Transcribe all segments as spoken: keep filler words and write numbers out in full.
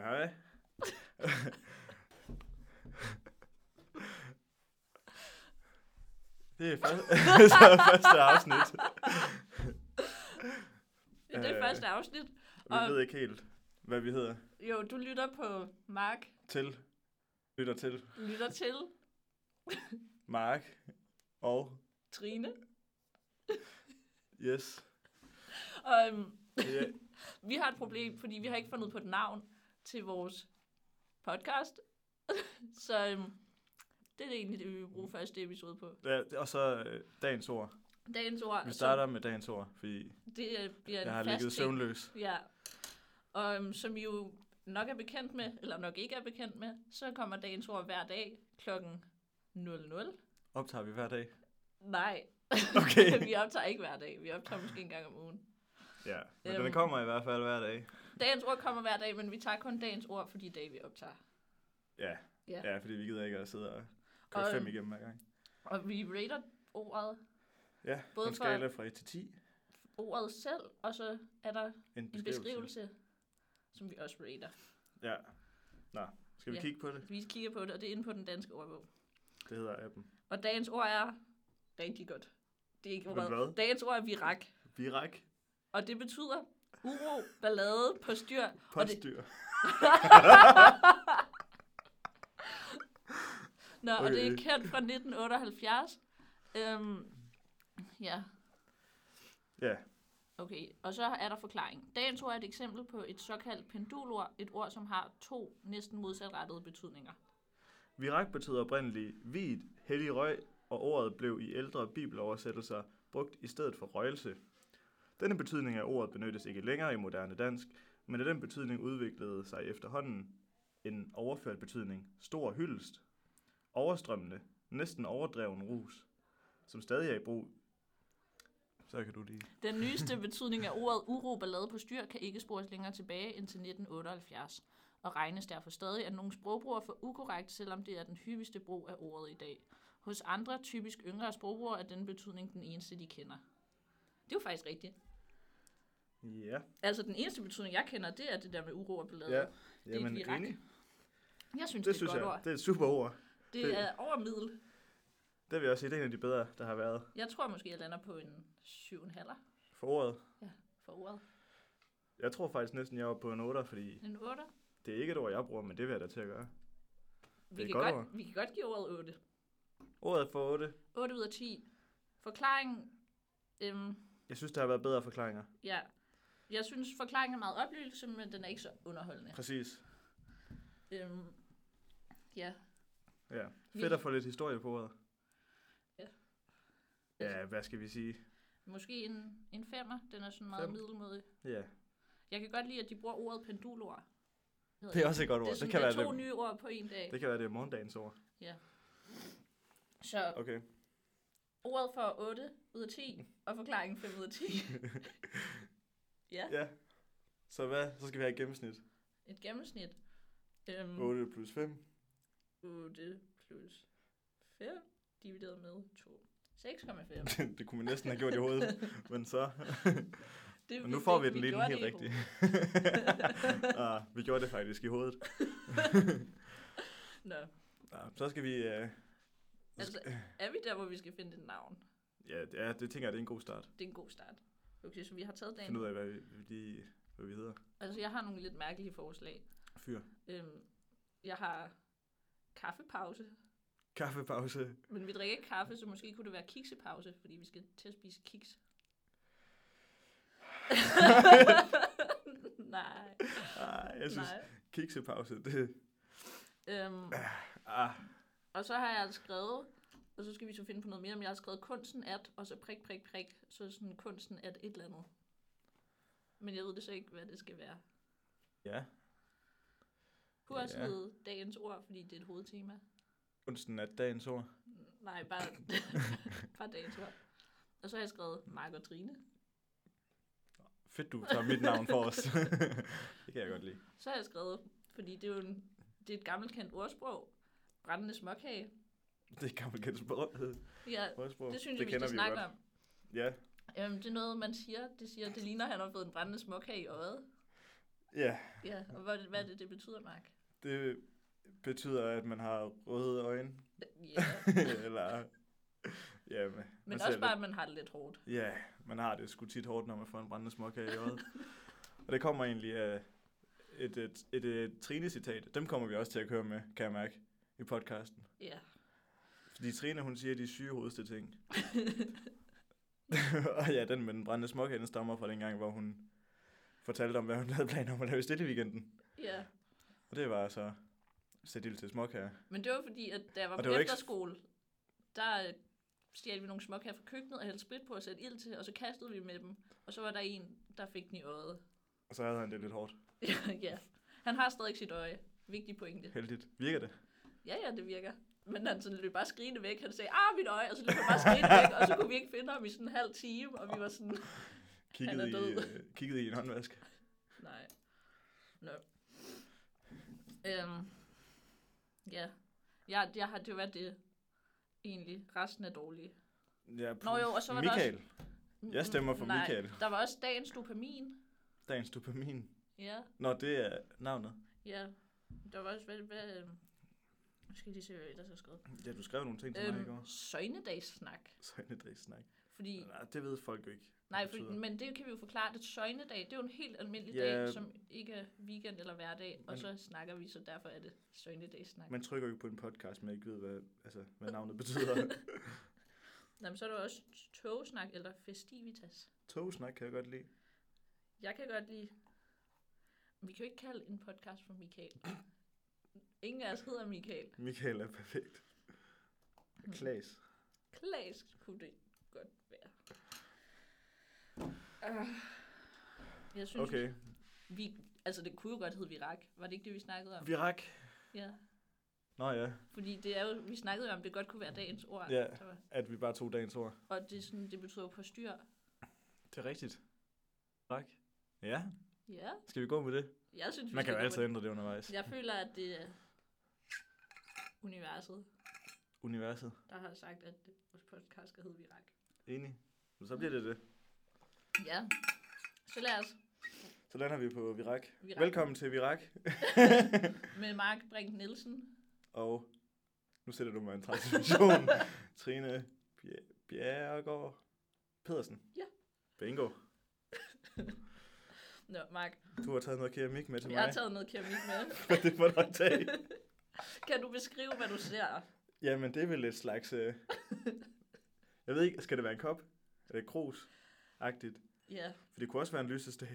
Hej. Det er første, første afsnit. Det er det første afsnit. Vi ved ikke helt, hvad vi hedder. Jo, du lytter på Mark. Til. Lytter til. Lytter til. Mark. Og. Trine. Yes. Og um, yeah. vi har et problem, fordi vi har ikke fundet på et navn til vores podcast. Så um, det er egentlig det, vi vil bruge første episode på. Ja, og så øh, dagens ord. Dagens ord. Vi starter med dagens ord, fordi det øh, bliver en jeg har fast ligget ting. søvnløs. Ja. Og um, som I jo nok er bekendt med, eller nok ikke er bekendt med, så kommer dagens ord hver dag klokken nul nul. Optager vi hver dag? Nej. Okay. Vi optager ikke hver dag. Vi optager måske en gang om ugen. Ja, men Øhm, den kommer i hvert fald hver dag. Dagens ord kommer hver dag, men vi tager kun dagens ord, fordi dag vi optager. Ja. Ja. Ja, fordi vi gider ikke at sidde og køre Og, fem igennem hver gang. Og vi rater ordet, Ja, både på en for- skala fra et til ti. ordet selv, og så er der En en beskrivelse. beskrivelse, som vi også rater. Ja. Nå, skal vi Ja. kigge på det? Vi kigger på det, og det er inde på den danske ordbog. Det hedder appen. Og dagens ord er rigtig godt. Det er ikke Men ordet. hvad? Dagens ord er virak. Virak. Og det betyder uro, ballade, på styr. Og det, Postdyr. Nå, Okay. og det er kendt fra nitten otteoghalvfjerds. Øhm, ja, Ja. okay. Og så er der forklaring. Dagens ord er et eksempel på et såkaldt pendulord, et ord, som har to næsten modsatrettede betydninger. Virak betyder oprindeligt hvid, hellig røg, og ordet blev i ældre bibeloversættelser brugt i stedet for røgelse. Denne betydning af ordet benyttes ikke længere i moderne dansk, men af den betydning udviklede sig efterhånden en overført betydning, stor hyldest, overstrømmende, næsten overdreven rus, som stadig er i brug. Så kan du lige. Den nyeste betydning af ordet uro, ballade, på styr kan ikke spores længere tilbage end til nitten otteoghalvfjerds, og regnes derfor stadig af nogle sprogbrugere for ukorrekt, selvom det er den hyppigste brug af ordet i dag. Hos andre, typisk yngre sprogbrugere, er denne betydning den eneste, de kender. Det er jo faktisk rigtigt. Ja, Altså, den eneste betydning, jeg kender, det er det der med uro og ballade. ja. Det er Jamen virak. enig. Jeg synes, Det det, synes er et godt jeg, ord. det er et super ord. Det, det- er over middel. Det vil jeg også sige, det er en af de bedre, der har været Jeg tror måske, jeg lander på en syv komma fem for ordet. for ordet. Jeg tror faktisk næsten, jeg var på en otter, fordi En otte. det er ikke et ord, jeg bruger, men det vil jeg da til at gøre. Vi, er kan godt godt, ord. vi kan godt give ordet otte. Ordet for otte. otte ud af ti. Forklaringen, øhm, Jeg synes, der har været bedre forklaringer. ja. Jeg synes, forklaringen er meget oplysende, men den er ikke så underholdende. Præcis. Øhm, ja. Ja. Vi- Fedt at få lidt historie på ordet. Ja. Ja, hvad skal vi sige? Måske en, en femmer. Den er sådan meget Fem. middelmodig. Ja. Jeg kan godt lide, at de bruger ordet pendulord. Det er også et godt ord. Det er, Det, sådan, kan det være er to det, nye ord på en dag. det kan være det er morgendagens ord. Så Okay. ordet får otte ud af ti, og forklaringen fem ud af ti. Ja, Ja. Så hvad? Så skal vi have et gennemsnit. et gennemsnit. Øhm, otte plus fem. otte plus fem divideret med to. seks komma fem. Det kunne man næsten have gjort i hovedet. Men så... Det, Men nu får vi fik- den lige den gjorde helt det i rigtige. ah, vi gjorde det faktisk i hovedet. hovedet. Nå, Ah, så skal vi... Uh, altså er vi der, hvor vi skal finde et navn? ja, det, ja, det tænker jeg, det er en god start. Det er en god start. Okay, så vi har taget dagen. Finde ud af, hvad vi, lige, hvad vi hedder. Altså, jeg har nogle lidt mærkelige forslag. Fyr. Øhm, jeg har kaffepause, Kaffepause. men vi drikker ikke kaffe, så måske kunne det være kiksepause, fordi vi skal til at spise kiks. Nej, Ah, jeg synes, nej. kiksepause, det... Øhm, Ah, og så har jeg altså skrevet, og så skal vi så finde på noget mere, men jeg har skrevet kunsten at, og så prik, prik, prik, så sådan kunsten at et eller andet. Men jeg ved det så ikke, hvad det skal være. ja. Kunne også Ja. hedde dagens ord, fordi det er et hovedtema. Kunsten er dagens ord. Nej, bare, bare dagens ord. Og så har jeg skrevet Mark og Trine. Fedt, du tager mit navn for os. Det kan jeg godt lide. Så har jeg skrevet, fordi det er jo en, det er et gammelt kendt ordsprog, brændende småkage. Det er gammelt kendt sprog. Ja, Ordsprog. det synes jeg, vi kender skal jo snakke godt. om. Ja. Øhm, det er noget, man siger. Det siger, det ligner, at han har fået en brændende småkage i øjet. Ja, Ja, og hvad, hvad er det, det betyder, Mark? det betyder, at man har røde øjne. Ja, Eller, ja, man, men man også ser bare, lidt, at man har det lidt hårdt. ja, man har det sgu tit hårdt, når man får en brændende småkage i øjet. Og det kommer egentlig af et, et, et, et Trine-citat. Dem kommer vi også til at køre med, kan jeg mærke, i podcasten. Ja. Fordi Trine, hun siger de sygehedeste ting. Og ja, den med den brændende småkage, den stammer fra den gang, hvor hun fortalte om, hvad hun havde planer om at lave i stille weekenden. Ja. Og det var så sætte ild til småkager. Men det var fordi, at da jeg var Og på det var ikke- efterskole, der øh, stjal vi nogle småkager fra køkkenet og hældte sprit på og satte ild til, og så kastede vi med dem. Og så var der en, der fik den i øjet. Og så havde han det lidt hårdt. Ja. Han har stadig sit øje. Vigtig pointe. Heldigt. Virker det? Ja, ja, det virker. Men han sådan løb bare skrigende væk. Han sagde, ah, mit øje, og så løb han bare skrigende væk, og så kunne vi ikke finde ham i sådan en halv time, og vi var sådan, Kiggede, Han er i, død. øh, kiggede i en håndvask. nej. Nå. Øhm. Ja. Jeg, jeg har det jo været det, egentlig. Resten er dårlige. Ja, Nå jo, og så var Michael. der også... Jeg stemmer for nej, Michael. Der var også dagens dopamin. Dagens dopamin. Ja, Nå, det er navnet. ja. Der var også, hvad... hvad øhm, nu skal jeg lige se, hvad jeg ellers har skrevet. Ja, du skrev nogle ting til mig i Øhm, går. søgnedagssnak. Søgnedagssnak. Fordi... Nej, det ved folk jo ikke. Nej, hvad det for, betyder. men det kan vi jo forklare. Det søgnedag, det er jo en helt almindelig Ja. dag, som ikke er weekend eller hverdag, og Men- så snakker vi, så derfor er det søgnedagssnak. Man trykker jo ikke på en podcast, man ikke ved, hvad, altså, hvad navnet betyder. Jamen, så er der også togsnak eller festivitas. Togsnak kan jeg godt lide. Jeg kan godt lide... Vi kan jo ikke kalde en podcast for Michael. Ingen af os hedder Michael. Michael er perfekt. Klaas. Klaas kunne det godt være. Uh, jeg synes, Okay. vi, altså det kunne jo godt hedde Virak. Var det ikke det, vi snakkede om? Virak. Ja, Nå ja, fordi det er jo, vi snakkede jo om, det godt kunne være dagens ord. Ja. Så, at vi bare tog dagens ord. og det, er sådan, det betyder jo på styr. Det er rigtigt. Tak. Ja, Ja, skal vi gå med det? jeg synes, vi Man kan skal jo gå altid med ændre det undervejs. det. Jeg føler, at det er universet, Universet. der har sagt, at vores podcast skal hedde Virak. Enig. Så bliver det det. Ja, så lad os Så lander vi på Virak. Virak. Velkommen til Virak. med Mark Brink Nielsen. Og nu sætter du mig en transmission. Trine Bjer- Bjerregaard Pedersen. Ja. Bingo. Nå, Mark, Du har taget noget keramik med til jeg mig. har taget noget keramik med. Hvad det må du tage. Kan du beskrive, hvad du ser? Jamen, det er vel et slags... Øh... Jeg ved ikke, skal det være en kop? Er det krus-agtigt? Ja, For det kunne også være en lysestage.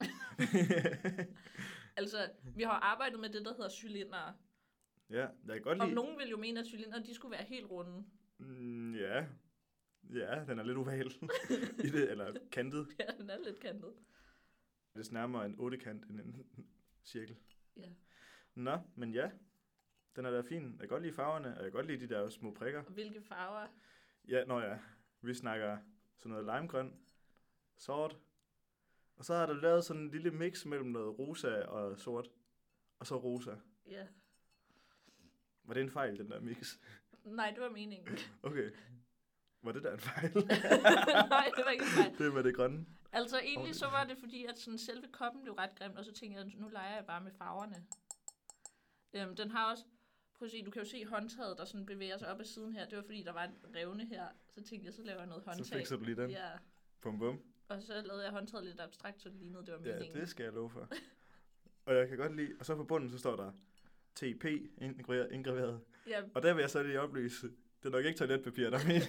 altså, vi har arbejdet med det, der hedder cylindere. Ja, jeg kan godt Og lide... nogen vil jo mene, at cylindere, de skulle være helt runde. Mm, ja. Ja, den er lidt oval i det, eller kantet. Ja, den er lidt kantet. Det er nærmere en ottekant end en cirkel. Ja. Nå, men ja. Den er da fin. Jeg kan godt lide farverne, og jeg kan godt lide de der små prikker. Og hvilke farver? Ja, nå ja. Vi snakker sådan noget limegrøn, sort. Og så har der lavet sådan en lille mix mellem noget rosa og sort. Og så rosa. Ja. Var det en fejl, den der mix? Nej, det var meningen. Okay. Var det der en fejl? Nej, det var ikke en fejl. Det med det grønne. Altså egentlig så var det fordi, at sådan selve koppen blev ret grim, og så tænkte jeg, nu leger jeg bare med farverne. Øhm, den har også, prøv at se, du kan jo se håndtaget, der sådan bevæger sig op ad siden her. Det var fordi, der var en revne her. Så tænkte jeg, så laver jeg noget håndtag. Så fikser du lige den. Ja, Bum bum. og så lavede jeg håndtaget lidt abstrakt, så det lignede, det var Ja, meningen. det skal jeg love for. Og jeg kan godt lide, og så på bunden, så står der T P indgraveret. indgraveret. Ja, Og der vil jeg så lige oplyse, det er nok ikke toiletpapir, der menes.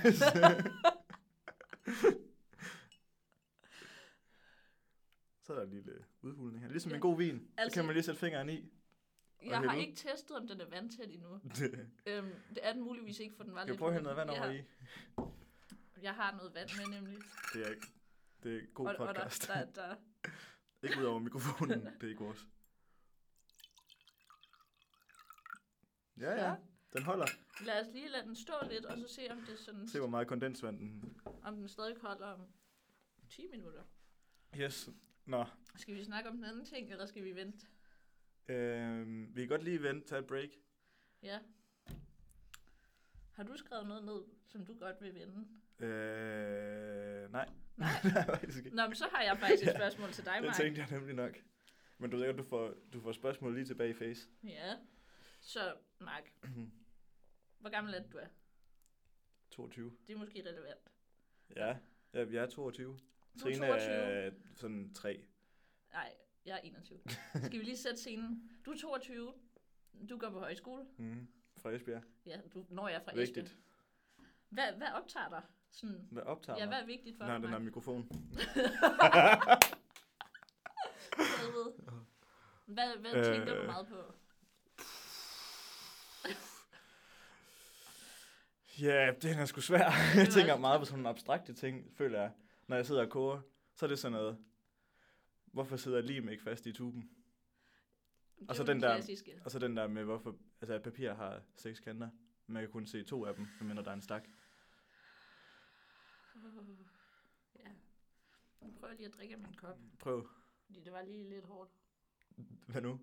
Så er der en lille udhulning her. Ligesom Ja. en god vin, så Altså- kan man lige sætte fingeren i. jeg har hælde. ikke testet, om den er vandtæt endnu. Skal Øhm, det er den muligvis ikke, for den var vi lidt... prøve at hælde noget vand ja, over i? Jeg har noget vand med, nemlig. Det er, det er god og, podcast. Og der, der, der, Ikke ud over mikrofonen, det er ikke vores. Ja, ja, Ja. den holder. lad os lige lade den stå lidt, og så se, om det sådan, Se, hvor meget kondensvand den... om den stadig holder om ti minutter. Yes. Nå, Skal vi snakke om den anden ting, eller skal vi vente? øhm, vi kan godt lige vente, tage et break. Ja. Har du skrevet noget ned, som du godt vil vende? Øh, nej. Nej. Nej, faktisk ikke. Nå, men så har jeg faktisk et Ja, spørgsmål til dig, Det Mark. tænkte jeg nemlig nok. Men du ved ikke, du får, du får spørgsmål lige tilbage i face. Ja. Så, Mark. Hvor gammel er du er? toogtyve. Det er måske relevant. Ja, ja jeg er toogtyve. Du er Trine toogtyve. er sådan tre. Nej, jeg er enogtyve. Skal vi lige sætte scenen? Du er toogtyve. Du går på højskole. Mm. Fra Esbjerg. Ja, du, når jeg er fra Vigtigt. Esbjerg. Hvad, hvad optager dig? Sådan, Hvad optager ja, mig? hvad er vigtigt for Nej, dig, den her Mark? mikrofon. Helvede. Hvad, hvad Øh. tænker du meget på? Ja, det er sgu svært. var Jeg tænker også- meget på sådan nogle abstrakte ting, føler jeg. Når jeg sidder og koger, så er det sådan noget. Hvorfor sidder lim ikke fast i tuben? Det Og så er jo den der- klassiske. Og så den der med, hvorfor altså, at papir har seks kanter. Man kan kun se to af dem, medmindre der er en stak. Uh, ja. Nu prøver jeg lige at drikke af min kop, Prøv. fordi det var lige lidt hårdt. Hvad nu?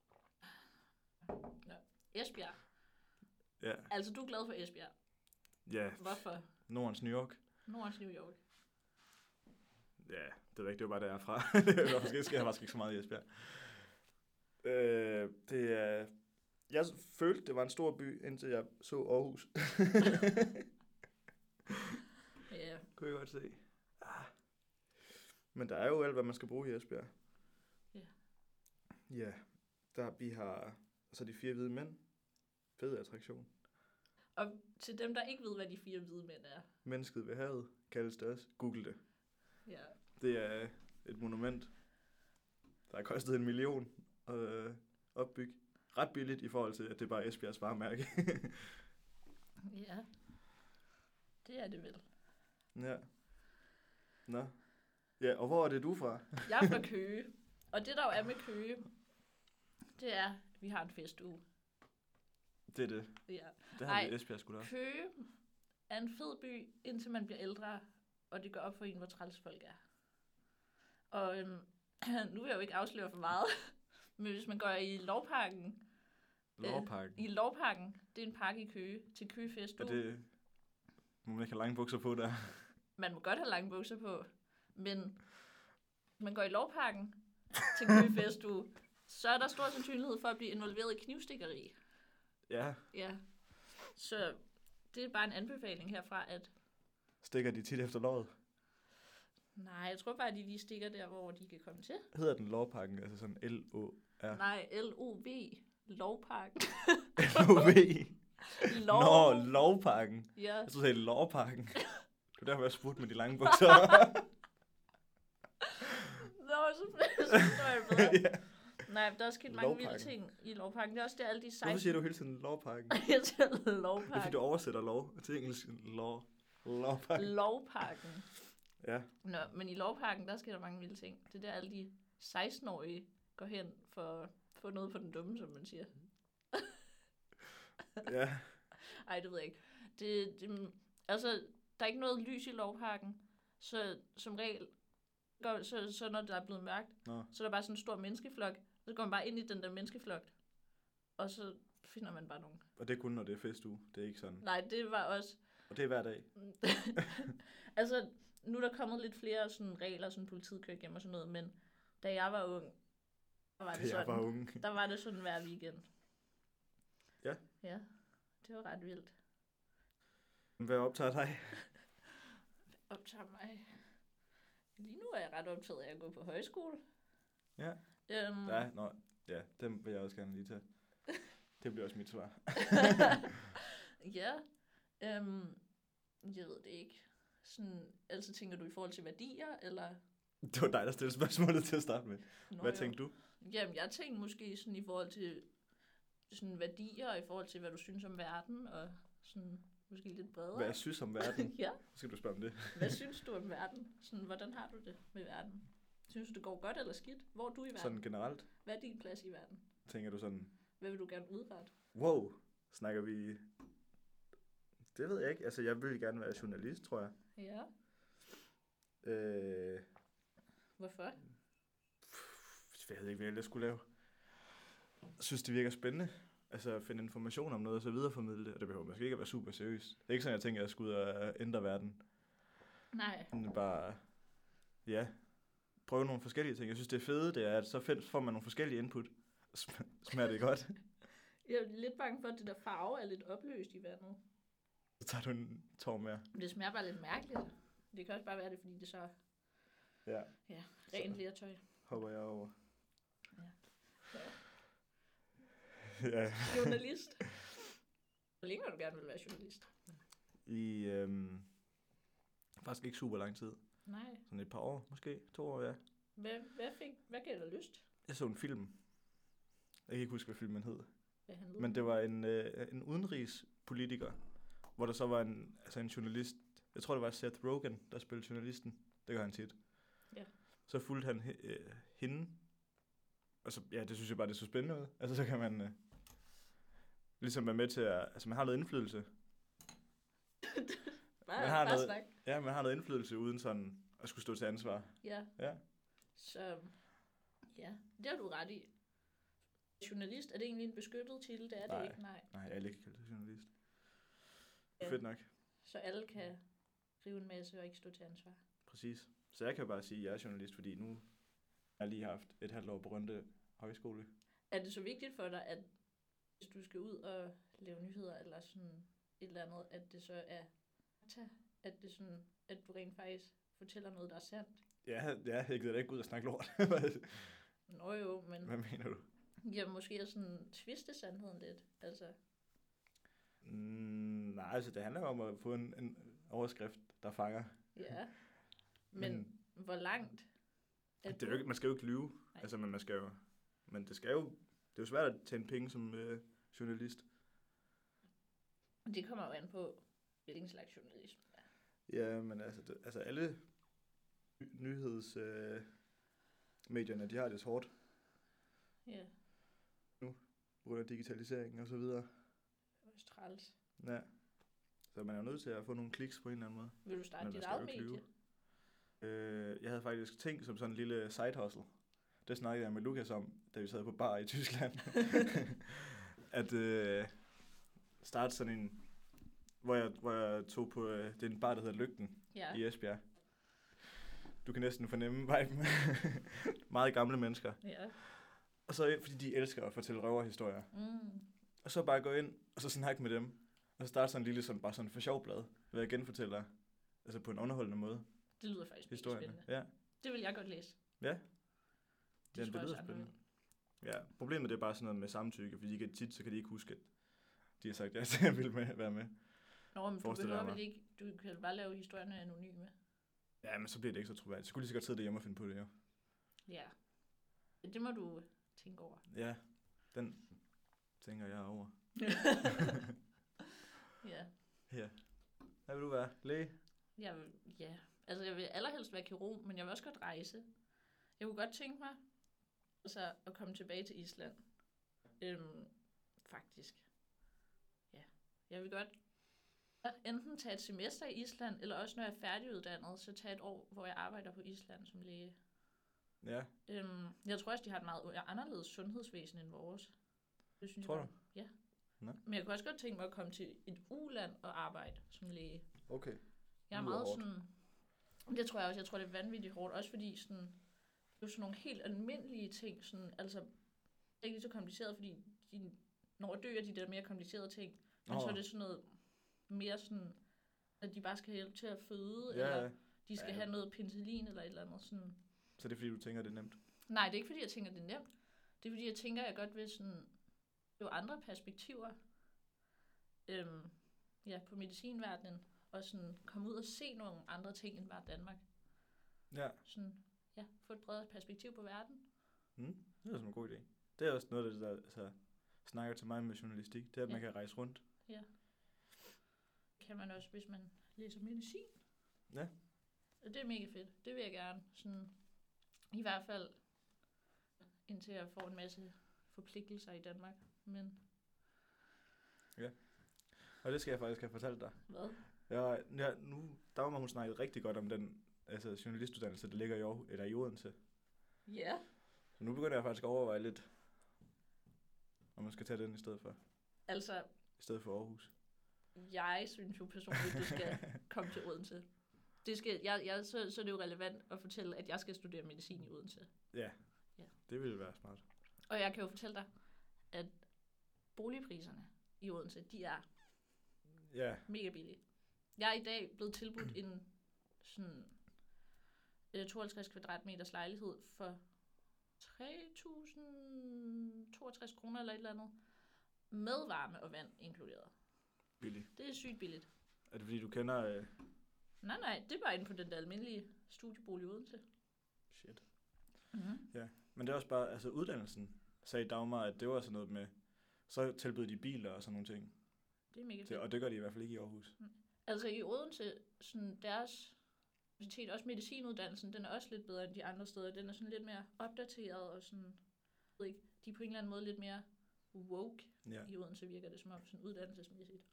Esbjerg. Ja, Altså, du er glad for Esbjerg. ja. Hvorfor? Nordens New York. Nordens New York. Ja, det var ikke, det var bare der jeg er fra. det var måske sker jeg faktisk ikke så meget i Esbjerg. Øh, det er... Jeg følte, det var en stor by, indtil jeg så Aarhus. Ja. Kunne jeg godt se. Ah. Men der er jo alt, hvad man skal bruge i Esbjerg. Ja. Ja, der vi har... Så de fire hvide mænd. Fed attraktion. Og til dem, der ikke ved, hvad de fire hvide mænd er. Mennesket ved havet kaldes det også. Google det. Ja. Det er et monument, der har kostet en million at øh, opbygge. Ret billigt i forhold til, at det bare er Esbjergs varemærke. Ja. Det er det vel. Ja. Nå. Ja, og hvor er det du fra? Jeg er fra Køge. Og det, der jo er med Køge, det er, at vi har en festuge. Det er det. Ja. Det har Ej. vi Esbjerg sgu da. Køge er en fed by, indtil man bliver ældre, og det går op for en, hvor træls folk er. Og øhm, nu vil jeg jo ikke afsløre for meget, men hvis man går i Lovparken, Lovparken. i Lovparken, det er en park i Køge, til Køge Er Festuge. det... Må man ikke have lange bukser på der? Man må godt have lange bukser på, men man går i Lovparken til Køge Festuge, så er der stor sandsynlighed for at blive involveret i knivstikkeri. Ja. Ja, så det er bare en anbefaling herfra, at Stikker de tit efter låret? nej, jeg tror bare, at de lige stikker der, hvor de kan komme til. Hedder den Lovparken? Altså sådan L O R Nej, L O V, Lovparken. L O V Lov. Nå, Lovparken. Ja, Jeg troede, det hed Lovparken. Det var derfor, jeg spurgte med de lange bukser. Nå, så så forstår jeg bedre. ja. Nej, der er sket mange vilde Lovparken. ting i Lovparken. Det er også der alle de seksten... Hvorfor siger du hele tiden Lovparken? Jeg siger Det er fordi, Lovparken. du oversætter lov til engelsk. Lov. Lovparken. Lovparken. Ja. Nå, men i Lovparken, der sker der mange vilde ting. Det er der alle de seksten-årige går hen for at få noget på den dumme, som man siger. Ja. Ej, det ved jeg ikke. Det, det, altså, der er ikke noget lys i Lovparken, så som regel, går, så, så når der er blevet mørkt, Nå. så er der bare sådan en stor menneskeflok, så går man bare ind i den der menneskeflok, og så finder man bare nogen. Og det er kun, når det er festuge. Det er ikke sådan. Nej, det var også... Og det er hver dag. altså, nu er der kommet lidt flere sådan regler, sådan politiet kører hjem og sådan noget, men da jeg var ung, der var det Da jeg sådan, var unge. der var det sådan hver weekend. Ja. Ja, det var ret vildt. Hvad optager dig? Optager mig. Lige nu er jeg ret optaget af at gå på højskole. Ja. Øhm, Ja, nå, ja, dem vil jeg også gerne lige tage. Det bliver også mit svar. ja. Øhm, jeg ved det ikke. Sådan, altså tænker du i forhold til værdier, eller? Det var dig, der stillede spørgsmålet til at starte med. Nå, Hvad jo. tænkte du? Jamen, jeg tænkte måske sådan i forhold til sådan værdier, og i forhold til, hvad du synes om verden, og sådan måske lidt bredere. Hvad jeg synes om verden? ja. Så skal du spørge om det. Hvad synes du om verden? Sådan, hvordan har du det med verden? Synes du, det går godt eller skidt? Hvor er du i verden? Sådan generelt, Hvad er din plads i verden? tænker du sådan, Hvad vil du gerne udrette? wow, snakker vi... Det ved jeg ikke. Altså, jeg vil gerne være journalist, tror jeg. Ja. Øh, Hvorfor? jeg ved ikke, hvad jeg skulle lave. Jeg synes, det virker spændende. Altså, at finde information om noget, og så videreformidle det. Og det behøver måske ikke at være super seriøst. Det er ikke sådan, jeg tænker, at jeg skal ud og ændre verden. Nej. Men bare, ja, prøve nogle forskellige ting. Jeg synes, det er fede, det er, at så får man nogle forskellige input. Smager det godt? Jeg er lidt bange for, at det der farve er lidt opløst i vandet. Så tager du en tår mere. Men det smager bare lidt mærkeligt. Det kan også bare være det, fordi det så Ja. Ja, rent lertøj. Hopper jeg over. Ja. Ja. Journalist. Hvor længe har du gerne vil være journalist? I øhm, faktisk ikke super lang tid. Nej. Sådan et par år, måske. To år, ja. Hvad, hvad, fik, hvad gav dig lyst? Jeg så en film. Jeg kan ikke huske, hvad filmen hed. Hvad handlede Men om? det var en, øh, en udenrigspolitiker, hvor der så var en, altså en journalist. Jeg tror, det var Seth Rogen, der spillede journalisten. Det gør han tit. Ja. Så fulgte han øh, hende. Og så, ja, det synes jeg bare, det er så spændende ud. Altså, så kan man øh, ligesom være med til at, altså man har noget indflydelse. Bare, man har bare noget, snak. ja, man har noget indflydelse uden sådan at skulle stå til ansvar. Ja. Ja. Så, ja, det har du ret i. Journalist, er det egentlig en beskyttet titel? Det er Nej. det ikke, nej. Nej, alle kan kalde sig journalist. Ja. Fedt nok. Så alle kan rive en masse og ikke stå til ansvar. Præcis. Så jeg kan bare sige, at jeg er journalist, fordi nu har jeg lige haft et halvt år på Rønde Højskole. Er det så vigtigt for dig, at hvis du skal ud og lave nyheder eller sådan et eller andet, at det så er at det sådan, at du rent faktisk fortæller noget, der er sandt? Ja, ja, jeg gider da ikke gå ud og snakke lort. Nå jo, men Hvad mener du? ja, måske er sådan tviste sandheden lidt. Altså, Mm, nej, altså det handler jo om at få en, en overskrift, der fanger. ja. Men, Men- men hvor langt? er Det er jo du- ikke, man skal jo ikke lyve. Nej. Altså, men man skal jo... Men det skal jo... Det er jo svært at tjene penge som øh, journalist. Det kommer jo an på, hvilken slags journalisme det er. Ja, men altså, det, altså alle nyhedsmedierne, øh, medierne, de har det hårdt Ja, på grund af digitalisering og så videre. det er også træls. Ja. Så man er jo nødt til at få nogle kliks på en eller anden måde. Vil du starte Men man dit skal jo eget ikke medie? lyve. Øh, jeg havde faktisk tænkt som sådan en lille side hustle. Det snakkede jeg med Lukas om, da vi sad på bar i Tyskland. at øh, starte sådan en, hvor jeg, hvor jeg tog på, øh, det er en bar, der hedder Lygten Ja. i Esbjerg. Du kan næsten fornemme viben. Meget gamle mennesker. Ja. Og så fordi de elsker at fortælle røverhistorier. Mm. Og så bare gå ind, og så snakke med dem. Og så starte sådan en lille, sådan, bare sådan for sjov blad, hvor jeg genfortæller, altså på en underholdende måde, Det lyder faktisk mega historierne. spændende. Ja, Det vil jeg godt læse. ja. Det Jamen, tror det jeg lyder også, andre spændende. Ja, problemet det er bare sådan noget med samtykke, fordi de kan tit, så kan de ikke huske, at de har sagt, ja, så jeg vil med, være med. Nå, men du Forestiller behøver jeg vel ikke, du kan bare lave historierne anonyme. Ja, men så bliver det ikke så troværdigt. Så skulle lige så godt sidde derhjemme og finde på det, jo. Ja. Det må du tænke over. Ja, den tænker jeg over. Ja. Ja. Hvad vil du være? Læge? Jeg vil, ja. Altså, jeg vil allerhelst være kirurg, men jeg vil også godt rejse. Jeg kunne godt tænke mig altså, at komme tilbage til Island. Øhm, faktisk. Ja. Jeg vil godt enten tage et semester i Island, eller også når jeg er færdiguddannet, så tage et år, hvor jeg arbejder på Island som læge. Ja. Øhm, jeg tror også, de har et meget anderledes sundhedsvæsen end vores. Det synes Tror jeg du? bare. Ja. Nå. Men jeg kunne også godt tænke mig at komme til et uland og arbejde som læge. Okay. Jeg er Lyder meget hårdt. sådan... Det tror jeg også. Jeg tror, det er vanvittigt hårdt. Også fordi sådan... Det er jo sådan nogle helt almindelige ting. Sådan, altså, det er ikke lige så kompliceret, fordi de, når dør de der mere komplicerede ting. Men Åh. så er det sådan noget mere sådan... At de bare skal hjælpe til at føde, Ja, eller de skal ja. have noget penicillin eller et eller andet sådan... så det er fordi, du tænker, det er nemt. Nej, det er ikke fordi, jeg tænker, det er nemt. Det er fordi, jeg tænker, jeg godt vil sådan... Jo andre perspektiver. Øhm, ja, på medicinverdenen. Og sådan komme ud og se nogle andre ting end bare Danmark. Ja. Sådan, ja, få et bredere perspektiv på verden. Mm, det er sådan en god idé. Det er også noget, af det, der altså, snakker til mig med journalistik. Det er, at man Ja. kan rejse rundt. Kan man også, hvis man læser medicin. Ja. Og det er mega fedt. Det vil jeg gerne. Sådan, i hvert fald indtil jeg får en masse forpligtelser i Danmark. Men Og det skal jeg faktisk have fortalt dig. hvad? Ja, ja, nu, der var hun snakket rigtig godt om den altså, journalistuddannelse, der ligger i, Aarhus, eller i Odense. Ja. Så nu begynder jeg faktisk at overveje lidt, om man skal tage den i stedet for, Altså, i stedet for Aarhus. jeg synes jo personligt, du skal komme til Odense. Det skal, jeg, jeg, så, så er det jo relevant at fortælle, at jeg skal studere medicin i Odense. Ja, Ja. det ville være smart. Og jeg kan jo fortælle dig, at boligpriserne i Odense, de er Ja, mega billige. Jeg er i dag blevet tilbudt en sådan øh, tooghalvtreds kvadratmeters lejlighed for tre tusind toogtres kroner eller et eller andet. Med varme og vand inkluderet. billigt. Det er sygt billigt. Er det fordi, du kender... Øh... Nej, nej, det er bare inde på den der almindelige studiebolig i Odense. Shit. Mm-hmm. Ja, men det er også bare... Altså, uddannelsen sagde Dagmar, at det var sådan noget med... Så tilbød de biler og sådan nogle ting. Det er mega Til, fedt. og det gør de i hvert fald ikke i Aarhus. Altså i Odense, sådan deres universitet, også medicinuddannelsen, den er også lidt bedre end de andre steder. Den er sådan lidt mere opdateret og sådan, jeg ved ikke, de er på en eller anden måde lidt mere woke. Ja. I Odense virker det som om sådan uddannelsesmæssigt.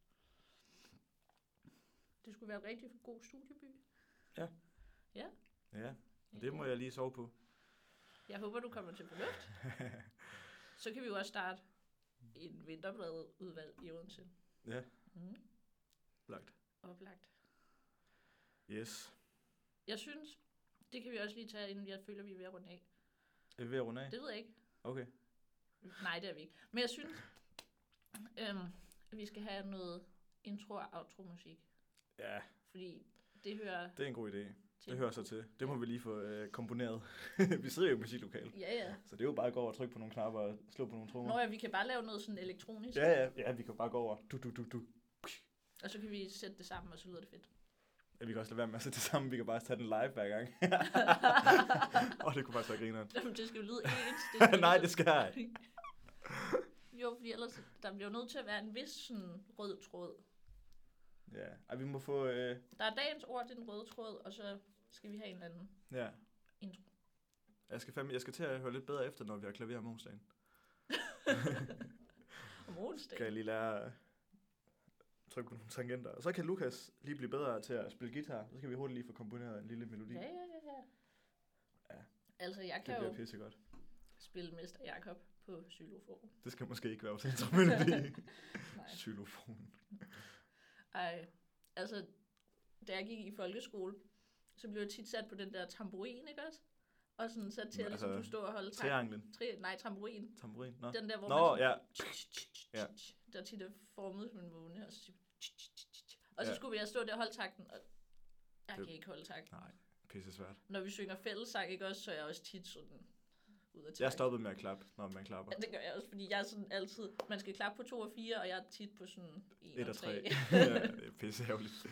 Det skulle være en rigtig god studieby. Ja. Ja. Ja, det må jeg lige sove på. Jeg håber, du kommer til fornuft. Så kan vi jo også starte en vinterbladudvalg i Odense. Ja, Mm. lagt. Oplagt. Yes. Jeg synes, det kan vi også lige tage, inden jeg føler, vi er ved at runde af. Er vi ved at runde af? Det ved jeg ikke. Okay. Nej, det er vi ikke. Men jeg synes, øhm, at vi skal have noget intro- og outro-musik. Ja, Fordi det hører det er en god idé. til. Det hører sig til. Det må vi lige få øh, komponeret. Vi sidder jo i musiklokale. Ja, ja. Så det er jo bare at gå over og trykke på nogle knapper og slå på nogle trommer. Nå ja, vi kan bare lave noget sådan elektronisk. Ja, ja, ja, vi kan bare gå over. Du, du, du, du. Og så kan vi sætte det sammen, og så lyder det fedt. Ja, vi kan også lade være med at sætte det sammen. Vi kan bare tage den live hver gang. Åh, oh, det kunne faktisk være grineren. Jamen, det skal jo lyde ens. Det skal Nej, lyde det skal jeg. sådan- Jo, fordi ellers, der bliver jo nødt til at være en vis sådan rød tråd. Ja, ej, vi må få... Øh... Der er dagens ord, det er den røde tråd, og så skal vi have en eller anden Ja. intro. Jeg skal, fandme, jeg skal til at høre lidt bedre efter, når vi har klaver om onsdagen. Om onsdag. Kan jeg lige lære at trykke på nogle tangenter. Og så kan Lukas lige blive bedre til at spille guitar. Så kan vi hurtigt lige få komponeret en lille melodi. Ja, ja, ja, ja. Ja. Altså, jeg Det kan bliver jo pissegodt. spille Mester Jakob på xylofon. Det skal måske ikke være vores intromelodi. Nej. Xylofon. Ej, altså, da jeg gik i folkeskole, så blev jeg tit sat på den der tamburin, ikke også? Og sådan sat til, at Altså, ligesom du står og holder takt. Trianglen. Tri- nej, tamburin. Tamburin. Nå. Den der, hvor Nå, man ja. ja. Ja. der tit er formet som en måne. Og så, og så Ja. skulle jeg stå der og holde takten, og jeg Det- kan ikke holde takten. Nej, pisse svært. Når vi synger fællessang, ikke også, så er jeg også tit sådan ud af takt. Jeg stoppede med at klappe, når man klapper. Ja, det gør jeg også, fordi jeg er sådan altid, man skal klappe på to og fire, og jeg er tit på sådan en Et og og tre. tre. Ja, det er pisse ærgerligt.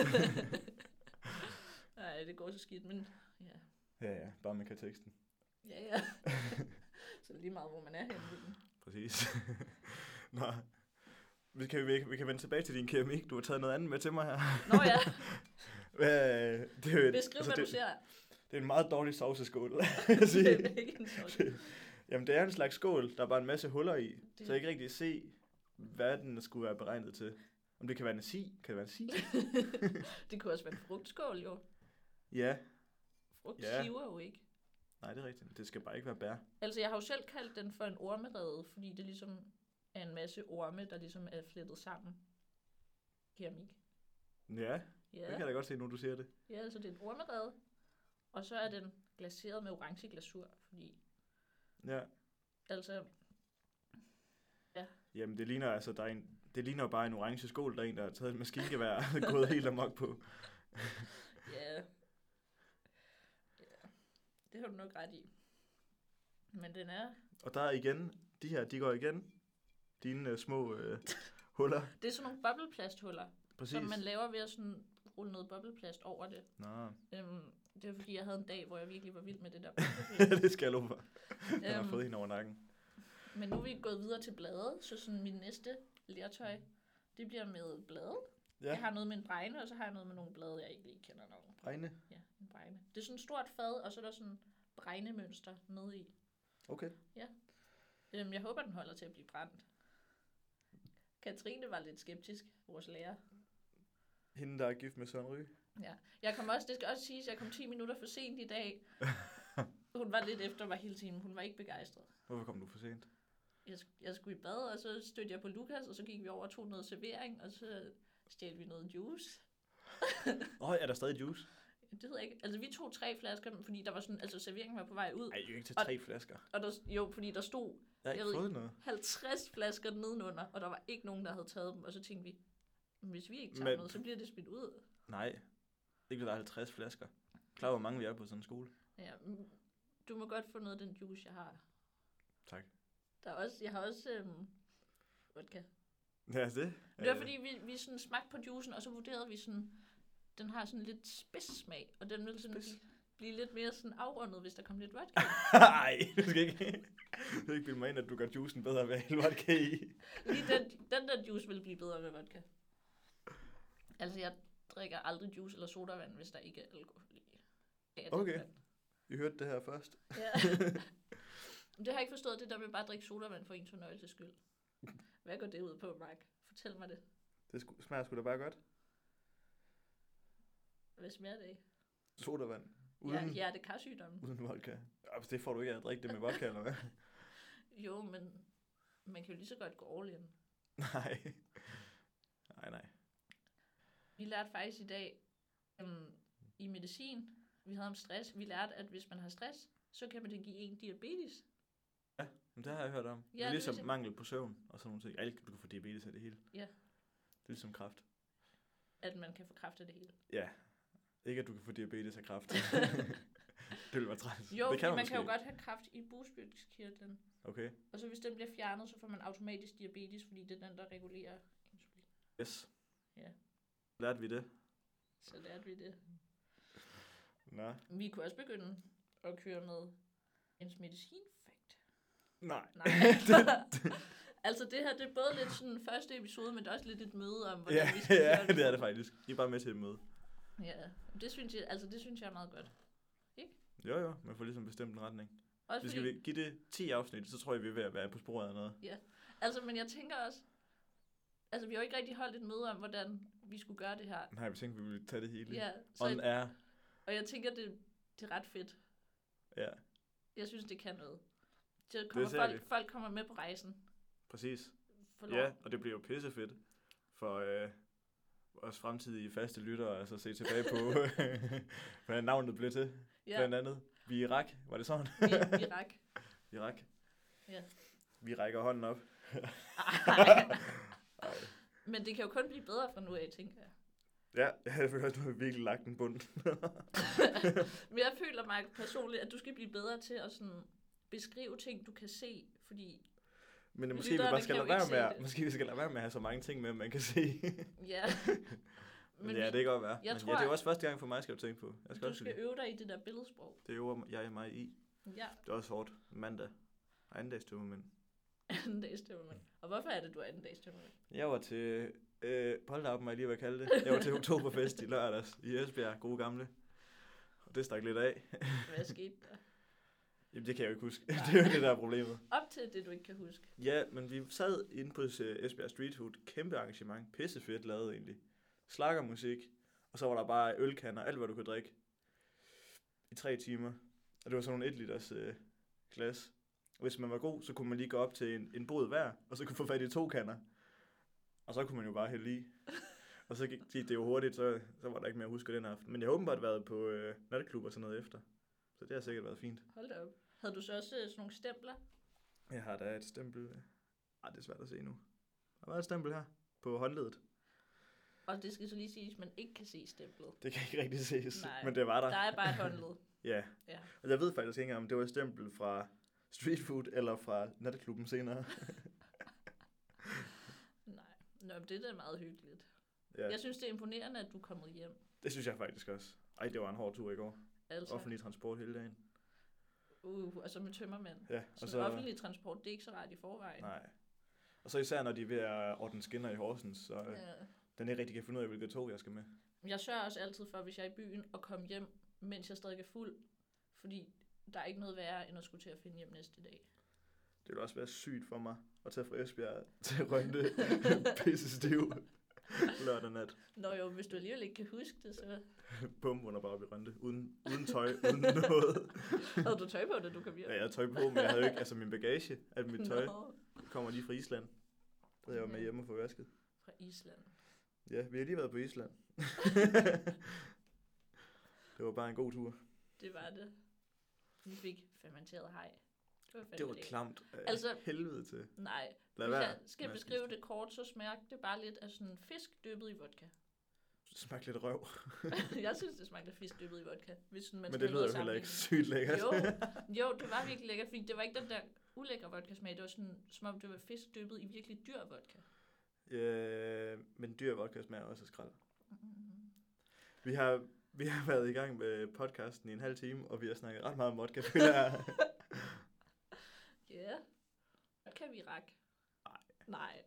Nej, det går så skidt, men ja. Ja, ja, bare man kan teksten. Ja, ja. Så det er lige meget, hvor man er henne i den. Præcis. Nå. Vi kan, vi, vi kan vende tilbage til din keramik. Du har taget noget andet med til mig her. Nå ja, Hvad, det er jo et- beskriv, altså, hvad du det, ser. det er en meget dårlig sovseskål, vil jeg sige. Det er ikke en sådan. Jamen, det er en slags skål, der er bare en masse huller i. Det- Så jeg kan ikke rigtig se, hvad den skulle være beregnet til. Om det kan være en si. Kan det være en si? Det kunne også være en frugtskål, jo. Ja. Frugt Ja. siver jo ikke. Nej, det er rigtigt. Det skal bare ikke være bær. Altså, jeg har jo selv kaldt den for en ormerede, fordi det ligesom er en masse orme, der ligesom er flettet sammen. Keramik. Ja, det Ja, kan jeg da godt se, nu du siger det. ja, altså det er en ormerede. Og så er den glaseret med orange glasur, fordi Ja. altså, Jamen, det ligner altså, der er en, det ligner jo bare en orange skål, der er en, der har taget et maskingevær og gået helt amok på. ja. Ja, det har du nok ret i. Men den er, Og der er igen, de her, de går igen. Dine uh, små uh, huller. det er sådan nogle bobleplasthuller, Præcis. som man laver ved at sådan rulle noget bobleplast over det. Nå, Øhm, det er fordi, jeg havde en dag, hvor jeg virkelig var vild med det der bobleplast. det skal jeg love for. Den har Øhm, fået hende over nakken. Men nu er vi gået videre til blade, så sådan min næste lertøj, det bliver med blade. Ja. Jeg Ja, har noget med en bregne, og så har jeg noget med nogle blade, jeg ikke lige kender navnet på. regne. Ja, en bregne. Det er sådan et stort fad, og så er der sådan bregnemønster nede i. Okay. Øhm, jeg håber, den holder til at blive brændt. Katrine var lidt skeptisk, vores lærer. Hende, der er gift med Søren Ryge. Ja. Jeg kom også, det skal også siges, at jeg kom ti minutter for sent i dag. Hun var lidt efter mig hele tiden. Hun var ikke begejstret. Hvorfor kom du for sent? Jeg, sk- jeg skulle i bad, og så stødte jeg på Lukas, og så gik vi over og tog noget servering, og så stjal vi noget juice. Åh, oh, er der stadig juice? Det ved jeg ikke. Altså, vi tog tre flasker, fordi der var sådan, altså serveringen var på vej ud. Ej, jeg kan ikke tage tre flasker. Og der, jo, fordi der stod, Jeg har ikke jeg ved fået ikke, noget. halvtreds flasker nedenunder, og der var ikke nogen, der havde taget dem. Og så tænkte vi, hvis vi ikke tager Men- noget, så bliver det smidt ud. Nej, ikke der er halvtreds flasker. Klar, hvor mange vi er på sådan en skole. Ja, mm, du må godt få noget af den juice, jeg har. Tak. Der er også, jeg har også øhm, vodka. Ja, det. Det var fordi, vi, vi sådan smagte på juicen, og så vurderede vi sådan, den har sådan lidt spids smag, og den vil sådan Spids? blive, blive lidt mere sådan afrundet, hvis der kom lidt vodka. Nej, du skal ikke. Du skal ikke bilde mig ind, at du gør juicen bedre ved at hælde vodka i. Lige den, den der juice vil blive bedre med vodka. Altså, jeg drikker aldrig juice eller sodavand, hvis der ikke er alkohol i. Ja, det er Okay. vand. I hørte det her først. Ja. Men det har jeg ikke forstået, det der med bare at drikke sodavand for ens fornøjelses skyld. Hvad går det ud på, Mark? Fortæl mig det. Det sku- smager sgu da bare godt. Hvad smager det af? Sodavand. Uden, Ja, hjertekarsygdomme. uden vodka. Ja, det får du ikke af at drikke det med vodka, eller hvad? Jo, men man kan jo lige så godt gå all in. Nej. Nej, nej. Vi lærte faktisk i dag um, i medicin, vi havde om stress, vi lærte, at hvis man har stress, så kan man det give en diabetes. Men det har jeg hørt om. Ja, det er det ligesom vidste jeg. mangel på søvn og sådan nogle ting. Alt, du kan få diabetes af det hele. Ja. Det er ligesom kræft. At man kan få kræft af det hele. Ja. Ikke at du kan få diabetes af kræft. Det ville være træls. Jo, det kan man, man måske. kan jo godt have kræft i bugspytkirtlen. Okay. Og så hvis den bliver fjernet, så får man automatisk diabetes, fordi det er den, der regulerer insulin. Yes. Ja. Lærte vi det? Så lærte vi det. Nå. Vi kunne også begynde at køre med ens medicinfakt. Nej. Nej. Altså det her, det er både lidt sådan første episode, men det er også lidt et møde om, hvordan Ja, vi skal ja, gøre det er det faktisk. I er bare med til et møde. Ja, det synes jeg, altså det synes jeg er meget godt. Jo, jo. Man får ligesom bestemt en retning. Også Hvis fordi, vi give det ti afsnit, så tror jeg, vi er ved at være på sporet af noget. altså, men jeg tænker også, altså vi har jo ikke rigtig holdt et møde om, hvordan vi skulle gøre det her. Nej, vi tænkte, vi ville tage det hele. Ja, så On air. og jeg tænker, det, det er ret fedt. Ja, Jeg synes, det kan noget. Så kommer ser folk, vi. folk kommer med på rejsen. præcis. For lov. Ja, og det bliver jo pissefedt for øh, vores fremtidige faste lyttere, altså se tilbage på, hvad navnet blev til, ja. blandt andet. Vi er Irak, var det sådan? Vi, vi rak. Irak. Ja. Vi rækker hånden op. Ej. Men det kan jo kun blive bedre fra nu af, tænker jeg. Ja, jeg føler, at du har virkelig lagt en bund. Men jeg føler mig personligt, at du skal blive bedre til at sådan beskrive ting, du kan se, fordi Men måske vi Lytterne bare skal kan jo lade være ikke med se at, det. måske vi skal lade være med at have så mange ting med, man kan se. ja. Men ja, det kan godt være. jeg Men tror, ja, det er jo også første gang for mig, skal du tænke på. Jeg skal du også skal lige. øve dig i det der billedsprog. Det øver jeg er mig i. Ja, Det er også hårdt. Mandag. Andagstømmermænd. anden dags tømmermænd. Og hvorfor er det, du er anden dags tømmermænd? Jeg var til øh, polterappen, må jeg lige vil kalde det. Jeg var til oktoberfest i lørdags i Esbjerg, gode gamle. Og det stak lidt af. Hvad skete der? Jamen, det kan jeg jo ikke huske. Nej. Det er jo det, der er problemet. Op til det, du ikke kan huske. Ja, men vi sad inde på øh, Esbjerg Street Food. Kæmpe arrangement. Pissefedt lavet egentlig. Slaggermusik. Og så var der bare ølkander, alt hvad du kunne drikke. I tre timer. Og det var sådan nogle et liters øh, glas. Og hvis man var god, så kunne man lige gå op til en, en bod hver, og så kunne få fat i to kander. Og så kunne man jo bare hælde i. Og så gik det jo hurtigt, så, så var der ikke mere at huske den aften. Men jeg har åbenbart været på øh, natklub og sådan noget efter. Så det har sikkert været fint. Hold da op. Havde du så også øh, sådan nogle stempler? Jeg har da et stempel. Ej, det er svært at se nu. Der var et stempel her på håndledet. Og det skal så lige siges, at man ikke kan se stemplet. Det kan ikke rigtig ses, Nej, men det var der. Der er bare et håndled. Ja. Ja. Og jeg ved faktisk ikke engang, om det var et stempel fra Street Food eller fra natklubben senere. Nej. Nå, men det er da meget hyggeligt. Ja, Jeg synes, det er imponerende, at du er kommet hjem. det synes jeg faktisk også. Ej, det var en hård tur i går. Altså, Offentlig transport hele dagen. uh, og så med tømmermænd. Ja, Så, og så så... offentlig transport, det er ikke så rart i forvejen. Nej. Og så især, når de er ved at ordne skinner i Horsens, så ja. Ja. den ikke rigtig kan finde ud af, hvilket tog jeg skal med. Jeg sørger også altid for, hvis jeg er i byen, at komme hjem, mens jeg stadig er fuld. Fordi der er ikke noget værre, end at skulle til at finde hjem næste dag. Det ville også være sygt for mig at tage fra Esbjerg til Rønde pisse stiv lørdag nat. Nå jo, hvis du alligevel ikke kan huske det, så Bum, under bare op i Rønde. Uden, uden tøj, uden noget. havde du tøj på, da du kom hjem. Ja, jeg havde tøj på, men jeg havde jo ikke, altså min bagage, alt mit tøj, Nå, kommer lige fra Island. Det havde jeg var med hjemme og få vasket. fra Island. Ja, vi har lige været på Island. Det var bare en god tur. Det var det. Vi fik fermenteret haj. Det var, Det var lækkert. klamt. Altså- Altså, helvede til. Nej, Lad hvis være. jeg skal med at beskrive spise det kort, så smager det bare lidt af sådan fisk dyppet i vodka. Det smagte lidt røv. Jeg synes, det smagte af fisk dyppet i vodka. Hvis sådan, man Men skal det have lyder jo noget heller ikke sammenligning. sygt lækkert. Jo, jo, det var virkelig lækkert, fordi det var ikke den der ulækre vodka-smag. Det var sådan, som om det var fisk dyppet i virkelig dyr vodka. øh, men dyr vodka smager også af skrald. Mm. Vi har, vi har været i gang med podcasten i en halv time, og vi har snakket ret meget om vodka, føler jeg. Ja. Vodka Virak. Nej. Nej.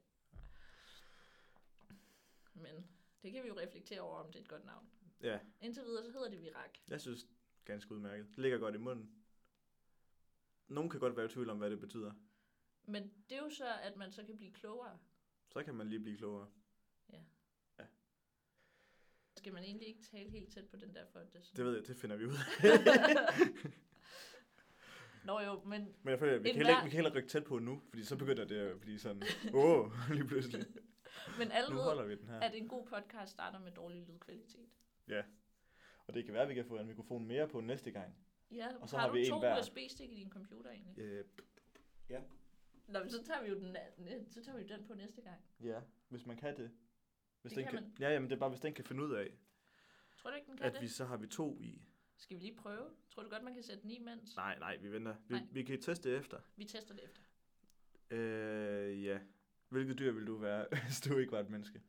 Men det kan vi jo reflektere over, om det er et godt navn. Ja, Indtil videre, så hedder det Virak. jeg synes ganske udmærket. Det ligger godt i munden. Nogen kan godt være i tvivl om, hvad det betyder. Men det er jo så, at man så kan blive klogere. Så kan man lige blive klogere. Skal man egentlig ikke tale helt tæt på den der for det? Det ved jeg, det finder vi ud af. Nå jo, men Men jeg føler, at vi En kan, heller, hver- ikke- vi kan heller rykke tæt på nu, fordi så begynder det at blive sådan, åh, oh, lige pludselig. Men alle Nu ved, holder vi den her. at en god podcast starter med dårlig lydkvalitet. Ja. Og det kan være, at vi kan få en mikrofon mere på næste gang. Ja, Og så har, har du vi en to hver. U S B-stik i din computer egentlig? Øh, Nå, men så tager vi jo den, næ- så tager vi jo den på næste gang. ja, hvis man kan det. Hvis Det den kan kan, ja, jamen det er bare, hvis den kan finde ud af, Tror du ikke, den kan at det? vi så har vi to i. Skal vi lige prøve? Tror du godt, man kan sætte den i imens? Nej, nej, vi venter. Vi, Nej. vi kan teste det efter. Vi tester det efter. Øh, ja. Hvilket dyr vil du være, hvis du ikke var et menneske?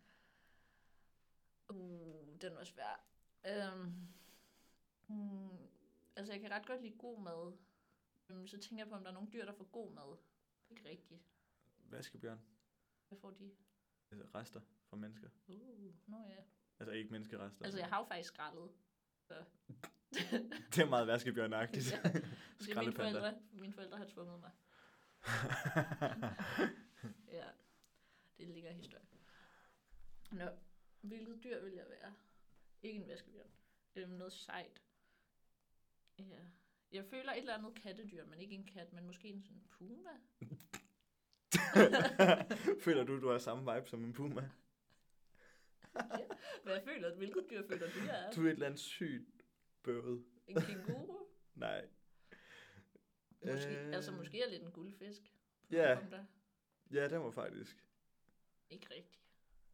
Uh, den var svær. Øhm, mm, altså, jeg kan ret godt lide god mad. Øhm, så tænker jeg på, om der er nogle dyr, der får god mad. Ikke rigtigt. Vaskebjørn. Hvad får de? Altså rester fra mennesker. Uh, nå ja. Altså ikke menneskerester. Altså, jeg har jo faktisk skrællet. Så. Det er meget vaskebjørnagtigt. Ja. Det er mine Skraldepanda. forældre. Mine forældre har tvunget mig. Ja, det er en længere historie. Nå, hvilket dyr vil jeg være? Ikke en vaskebjørn. Øhm, noget sejt. Ja. Jeg føler et eller andet kattedyr, men ikke en kat, men måske en sådan puma. Føler du, du har samme vibe som en puma? Ja. Hvad jeg føler, hvilket dyr føler du, jeg er? Du er et eller andet sygt bøvet. En kænguru? Nej. Måske, Øh. altså måske er lidt en guldfisk. på Ja. nogle punkter. Ja, den var faktisk. Ikke rigtigt.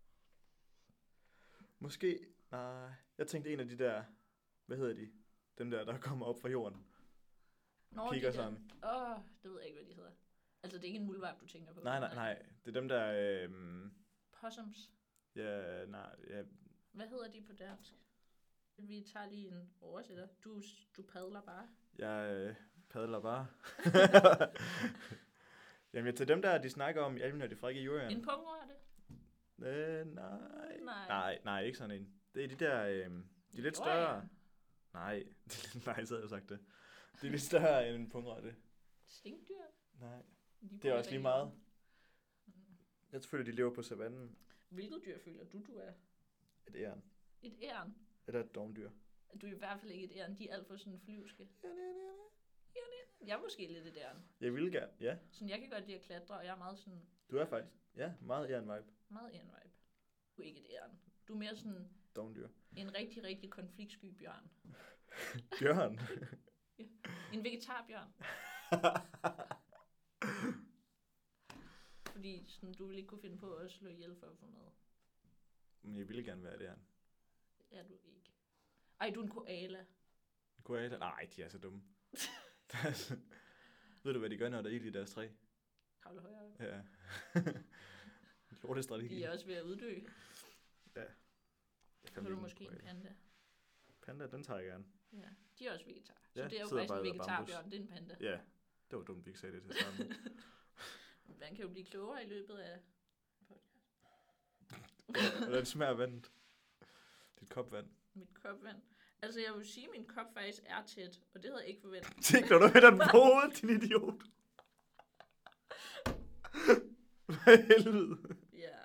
Måske, nej. Jeg tænkte en af de der, hvad hedder de? Dem der, der kommer op fra jorden. Nå, Kigger de der- sådan. Åh, det ved jeg ikke, hvad de hedder. Altså, det er ikke en muldvarp, du tænker på. Nej, nej, nej. Det er dem der, øhm, Possums. ja, nej, ja, Hvad hedder de på dansk? Vi tager lige en oversætter. Du, du padler bare. jeg øh, padler bare. Jamen, til dem der, de snakker om i Alvin og de frække jorden. En pungrotte? Øh, nej. Nej. Nej, nej, ikke sådan en. Det er de der, øh, de er lidt større. Nej, nej, så havde jeg sagt det. De er lidt større end en pungrotte. Stinkdyr? Nej, De det bor er i også lige regionen. meget. Jeg føler, de lever på savannen. Hvilket dyr føler du, du er? Et æren. Et æren? Eller et dovendyr. Du er i hvert fald ikke et æren. De er alt for sådan flyvske. Jeg er måske lidt et æren. Jeg vil gerne, ja. Sådan, jeg kan godt lide at klatre, og jeg er meget sådan, Du er faktisk, ja, meget æren-vibe. meget æren-vibe. Du er ikke et æren. Du er mere sådan Dovendyr. en rigtig, rigtig konfliktsky bjørn. Bjørn. En vegetarbjørn. Fordi sådan, du vil ikke kunne finde på at slå ihjel for at få mad. Men jeg ville gerne være et æren. Er du ikke. Ej, du er en koala. Koala? Nej, de er så dumme. Ved du, hvad de gør, når der er ild i deres træ? Kravle højere op. Ja. Lortestrategi. De er også ved at uddø. Jeg Så kan er du lide måske en koala. panda. Panda, den tager jeg gerne. Ja, de er også vegetar. Så Ja, det er jo sidder faktisk bare en og æder bambus. vegetarbjørn, det er en panda. Ja, det var dumt, vi ikke sagde det til sammen. Man kan jo blive klogere i løbet af Hvordan smager vandet? Dit kop vand. mit kopvand. Altså, jeg vil sige, at min kop faktisk er tæt, og det havde jeg ikke forventet. Tænker du med den på hovedet, din idiot? Hvad helvede? Ja.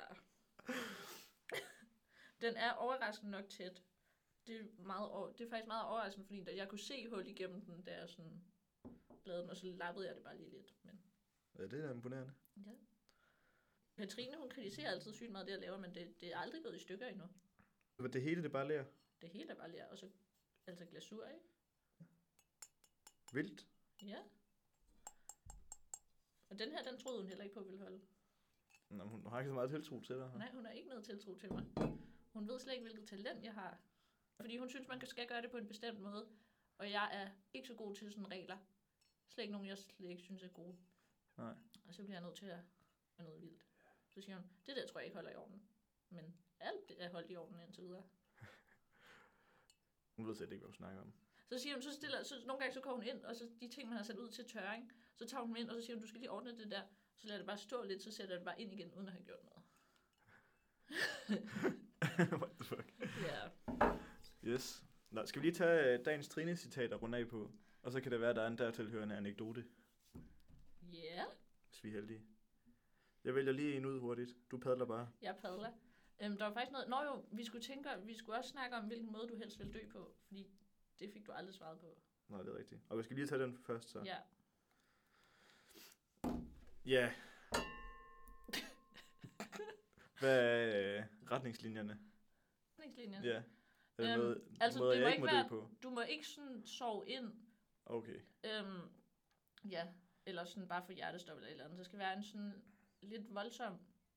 Den er overraskende nok tæt. Det er, meget, over- det er faktisk meget overraskende, fordi da jeg kunne se hul igennem den, da jeg sådan lavede den, og så lappede jeg det bare lige lidt. Men Ja, det er imponerende. ja. Katrine, hun kritiserer altid sygt meget det, jeg laver, men det, det er aldrig gået i stykker endnu. Men det hele, det er bare lærer. Det hele er bare lige, og så Altså glasur, ikke? Vildt. Ja. Og den her, den troede hun heller ikke på, ville holde. Nå, hun har ikke så meget tiltro til dig. Nej, hun har ikke noget tiltro til mig. Hun ved slet ikke, hvilket talent jeg har. Fordi hun synes, man skal gøre det på en bestemt måde. Og jeg er ikke så god til sådan regler. Slet ikke nogen, jeg slet ikke synes er gode. Nej. Og så bliver jeg nødt til at gøre noget vildt. Så siger hun, det der tror jeg ikke holder i orden. Men alt er holdt i orden indtil videre. Hun ved slet ikke, hvad hun snakker om. Så siger hun, så stiller, så nogle gange så går hun ind, og så de ting, man har sat ud til tørring, så tager hun dem ind, og så siger hun, du skal lige ordne det der. Så lader det bare stå lidt, så sætter jeg det bare ind igen, uden at have gjort noget. What the fuck? Ja. Yes. Nå, skal vi lige tage uh, dagens Trine-citat og runde af på? Og så kan det være, at der er en dertilhørende anekdote. Ja. Yeah. Hvis vi er heldige. Jeg vælger lige en ud hurtigt. Du padler bare. Jeg padler. Øhm, der var faktisk noget... Nå jo, vi skulle tænke, vi skulle også snakke om, hvilken måde du helst vil dø på. Fordi det fik du aldrig svaret på. Nej, det er rigtigt. Og vi skal lige tage den først, så. Ja. Ja. Hvad er øh, retningslinjerne? Retningslinjerne? Ja. Er det øhm, noget, altså, måde, det jeg må ikke må være, dø på? Du må ikke sådan sove ind. Okay. Øhm, ja, eller sådan bare få hjertestop eller et eller andet. Det skal være en sådan lidt voldsom,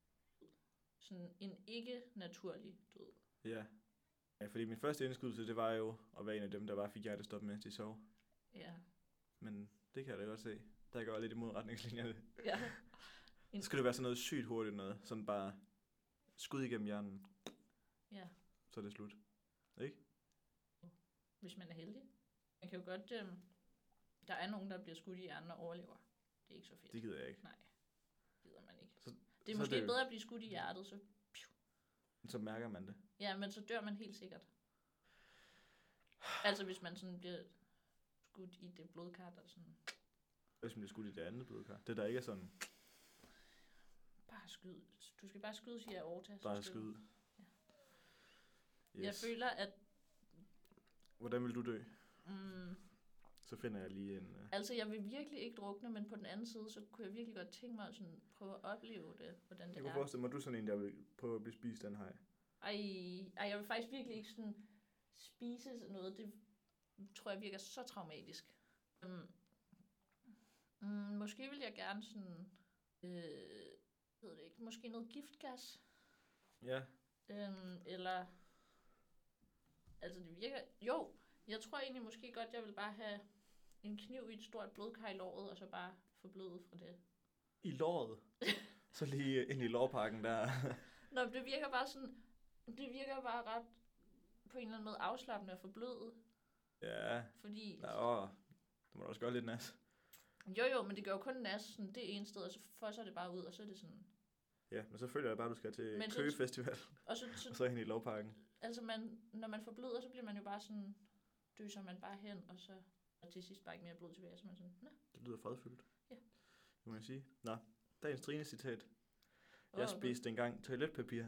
sådan en ikke-naturlig død. Ja. Ja, fordi min første indskydelse, det var jo at være en af dem, der bare fik hjertestop, mens de sov. Ja. Men det kan jeg da godt se. Der går lidt imod retningslinjerne. Ja. Så skal det være sådan noget sygt hurtigt noget. Sådan bare skud igennem hjernen. Ja. Så er det slut. Ikke? Hvis man er heldig. Man kan jo godt... Øh, der er nogen, der bliver skudt i hjernen og overlever. Det er ikke så fedt. Det gider jeg ikke. Nej, det gider man ikke. Så, det er så måske det... bedre at blive skudt i hjertet, så... Så mærker man det. Ja, men så dør man helt sikkert. Altså hvis man sådan bliver skudt i det blodkar, der sådan... Hvis man bliver skudt i det andet blodkar. Det der ikke er sådan... Bare skyd. Du skal bare skyde, siger aorta. Bare skyde. Ja. Yes. Jeg føler, at... Hvordan vil du dø? Mm, Så finder jeg lige en... Uh... altså, jeg vil virkelig ikke drukne, men på den anden side, så kunne jeg virkelig godt tænke mig at sådan prøve at opleve det, hvordan det jeg er. kunne forestille mig, at du er sådan en, der vil prøve at blive spist af en haj. Ej, ej, jeg vil faktisk virkelig ikke sådan spise sådan noget. Det tror jeg virker så traumatisk. Um, um, måske vil jeg gerne sådan... Øh, jeg ved det ikke. Måske noget giftgas. Ja. Um, eller... Altså, det virker... Jo, jeg tror egentlig måske godt, jeg vil bare have en kniv i et stort blodkar i låret, og så bare få blodet fra det. I låret? Så lige ind i lårpakken der. Nå, det virker bare sådan... Det virker bare ret på en eller anden måde afslappende at få blodet. Ja. Fordi... Nå, det må du også gøre lidt nas. Jo jo, men det gør jo kun nas sådan det ene sted, og så fosser det bare ud, og så er det sådan... Ja, men så føler jeg bare, at du skal til Men så- Køge Festival, Og så, så og så hen i lovpakken. altså man, når man får blod, så bliver man jo bare sådan... Døser man bare hen, og så... Og til sidst bare ikke mere blod tilbage, så er man sådan... Nå. Det lyder fredfyldt. Ja. Det må jeg sige. Nå, dagens Trine-citat. Åh, Jeg gud. spiste engang toiletpapir.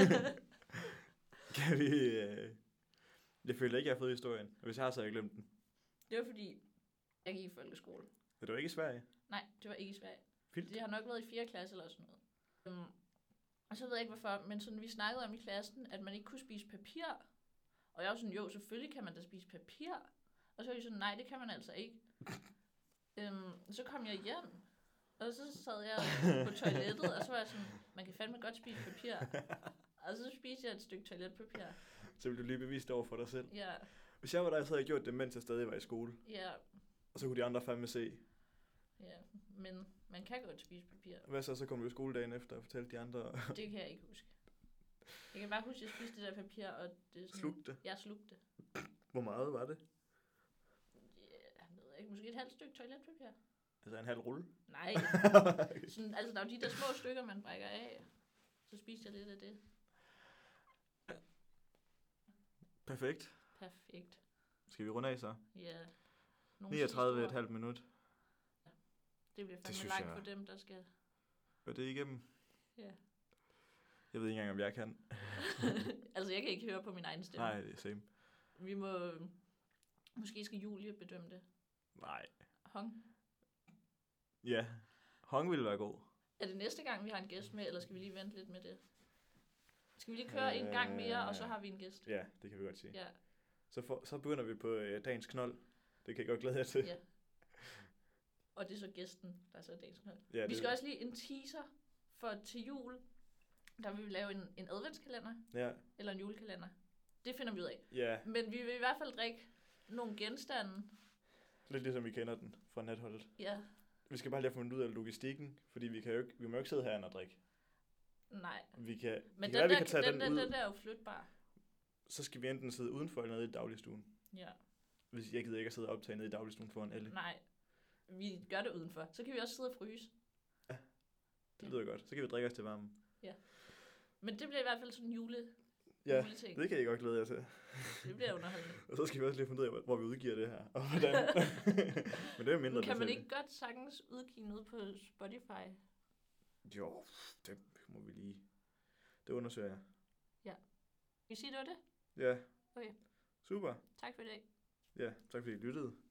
Kan vi... Øh... Jeg føler ikke, jeg har fået historien. Og hvis jeg har, så har jeg glemt den. Det var fordi, jeg gik i folkeskole. Er du ikke i Sverige? Nej, det var ikke i Sverige. Vildt. Det har nok været i fjerde klasse eller sådan noget. Um, og så ved jeg ikke hvorfor, men sådan, vi snakkede om i klassen, at man ikke kunne spise papir. Og jeg var sådan, jo, selvfølgelig kan man da spise papir. Og så var jeg sådan, nej, det kan man altså ikke. um, så kom jeg hjem, og så sad jeg på toilettet, og så var jeg sådan, man kan fandme godt spise papir. Og så spiste jeg et stykke toiletpapir. Så vil du lige bevise det over for dig selv. Ja, Hvis jeg var dig, så havde jeg gjort det, mens jeg stadig var i skole. ja, Og så kunne de andre fandme se. ja. Men man kan godt spise papir. Hvad så? Så kom du i skoledagen efter og fortalte de andre. Det kan jeg ikke huske. Jeg kan bare huske, at jeg spiste det der papir, og det er sådan... Slugte. Jeg slugte. Hvor meget var det? Ja, jeg ved ikke. Måske et halvt stykke toiletpapir. Altså en halv rulle? Nej. Sådan, altså, der er jo de der små stykker, man brækker af. Så spiste jeg lidt af det. Perfekt. Perfekt. Skal vi runde af så? Ja. Nogle niogtredive sidste et ord. halvt minut. Det bliver fandme synes langt jeg- for dem, der skal... Er det igennem? Ja. Jeg ved ikke engang, om jeg kan. Altså, jeg kan ikke høre på min egen stemme. Nej, det er same. Vi må... Måske skal Julie bedømme det. Nej. Hong. Ja. Hong ville være god. Er det næste gang, vi har en gæst med, eller skal vi lige vente lidt med det? Skal vi lige køre en gang mere, og så har vi en gæst? Ja, det kan vi godt sige. Ja. Så, for, så begynder vi på øh, dagens knold. Det kan jeg godt glæde jer til. Ja. Og det er så gæsten, der er så dagens knold. Ja, Vi det, skal også lige en teaser for til jul. Der vil vi lave en, en adventskalender. Ja, Eller en julekalender. Det finder vi ud af. ja, Men vi vil i hvert fald drikke nogle genstande. lidt ligesom vi kender den fra netholdet. Ja, Vi skal bare lige have fundet ud af logistikken, fordi vi, kan jo ikke, vi må jo ikke sidde herinde og drikke. nej. Vi kan, Men det den, kan være, vi der, kan tage den, den, den, ud, den der er jo flytbar. så skal vi enten sidde udenfor eller nede i dagligstuen. Ja, Hvis jeg gider ikke at sidde og optage nede i dagligstuen foran alle. nej. Vi gør det udenfor. Så kan vi også sidde og fryse. Det lyder godt. Så kan vi drikke os til varmen. Men det bliver i hvert fald sådan en jule, Ja, juleting. det kan jeg godt glæde jer til. Det bliver underholdende. Og så skal vi også lige finde ud af, hvor vi udgiver det her. Og hvordan. Men det er jo mindre Men kan man detalje. ikke godt sagtens udgive noget på Spotify? Jo, det må vi lige. Det undersøger jeg. Vi siger, det var det. Ja. Okay. Super. Tak for i dag. Ja, tak fordi I lyttede.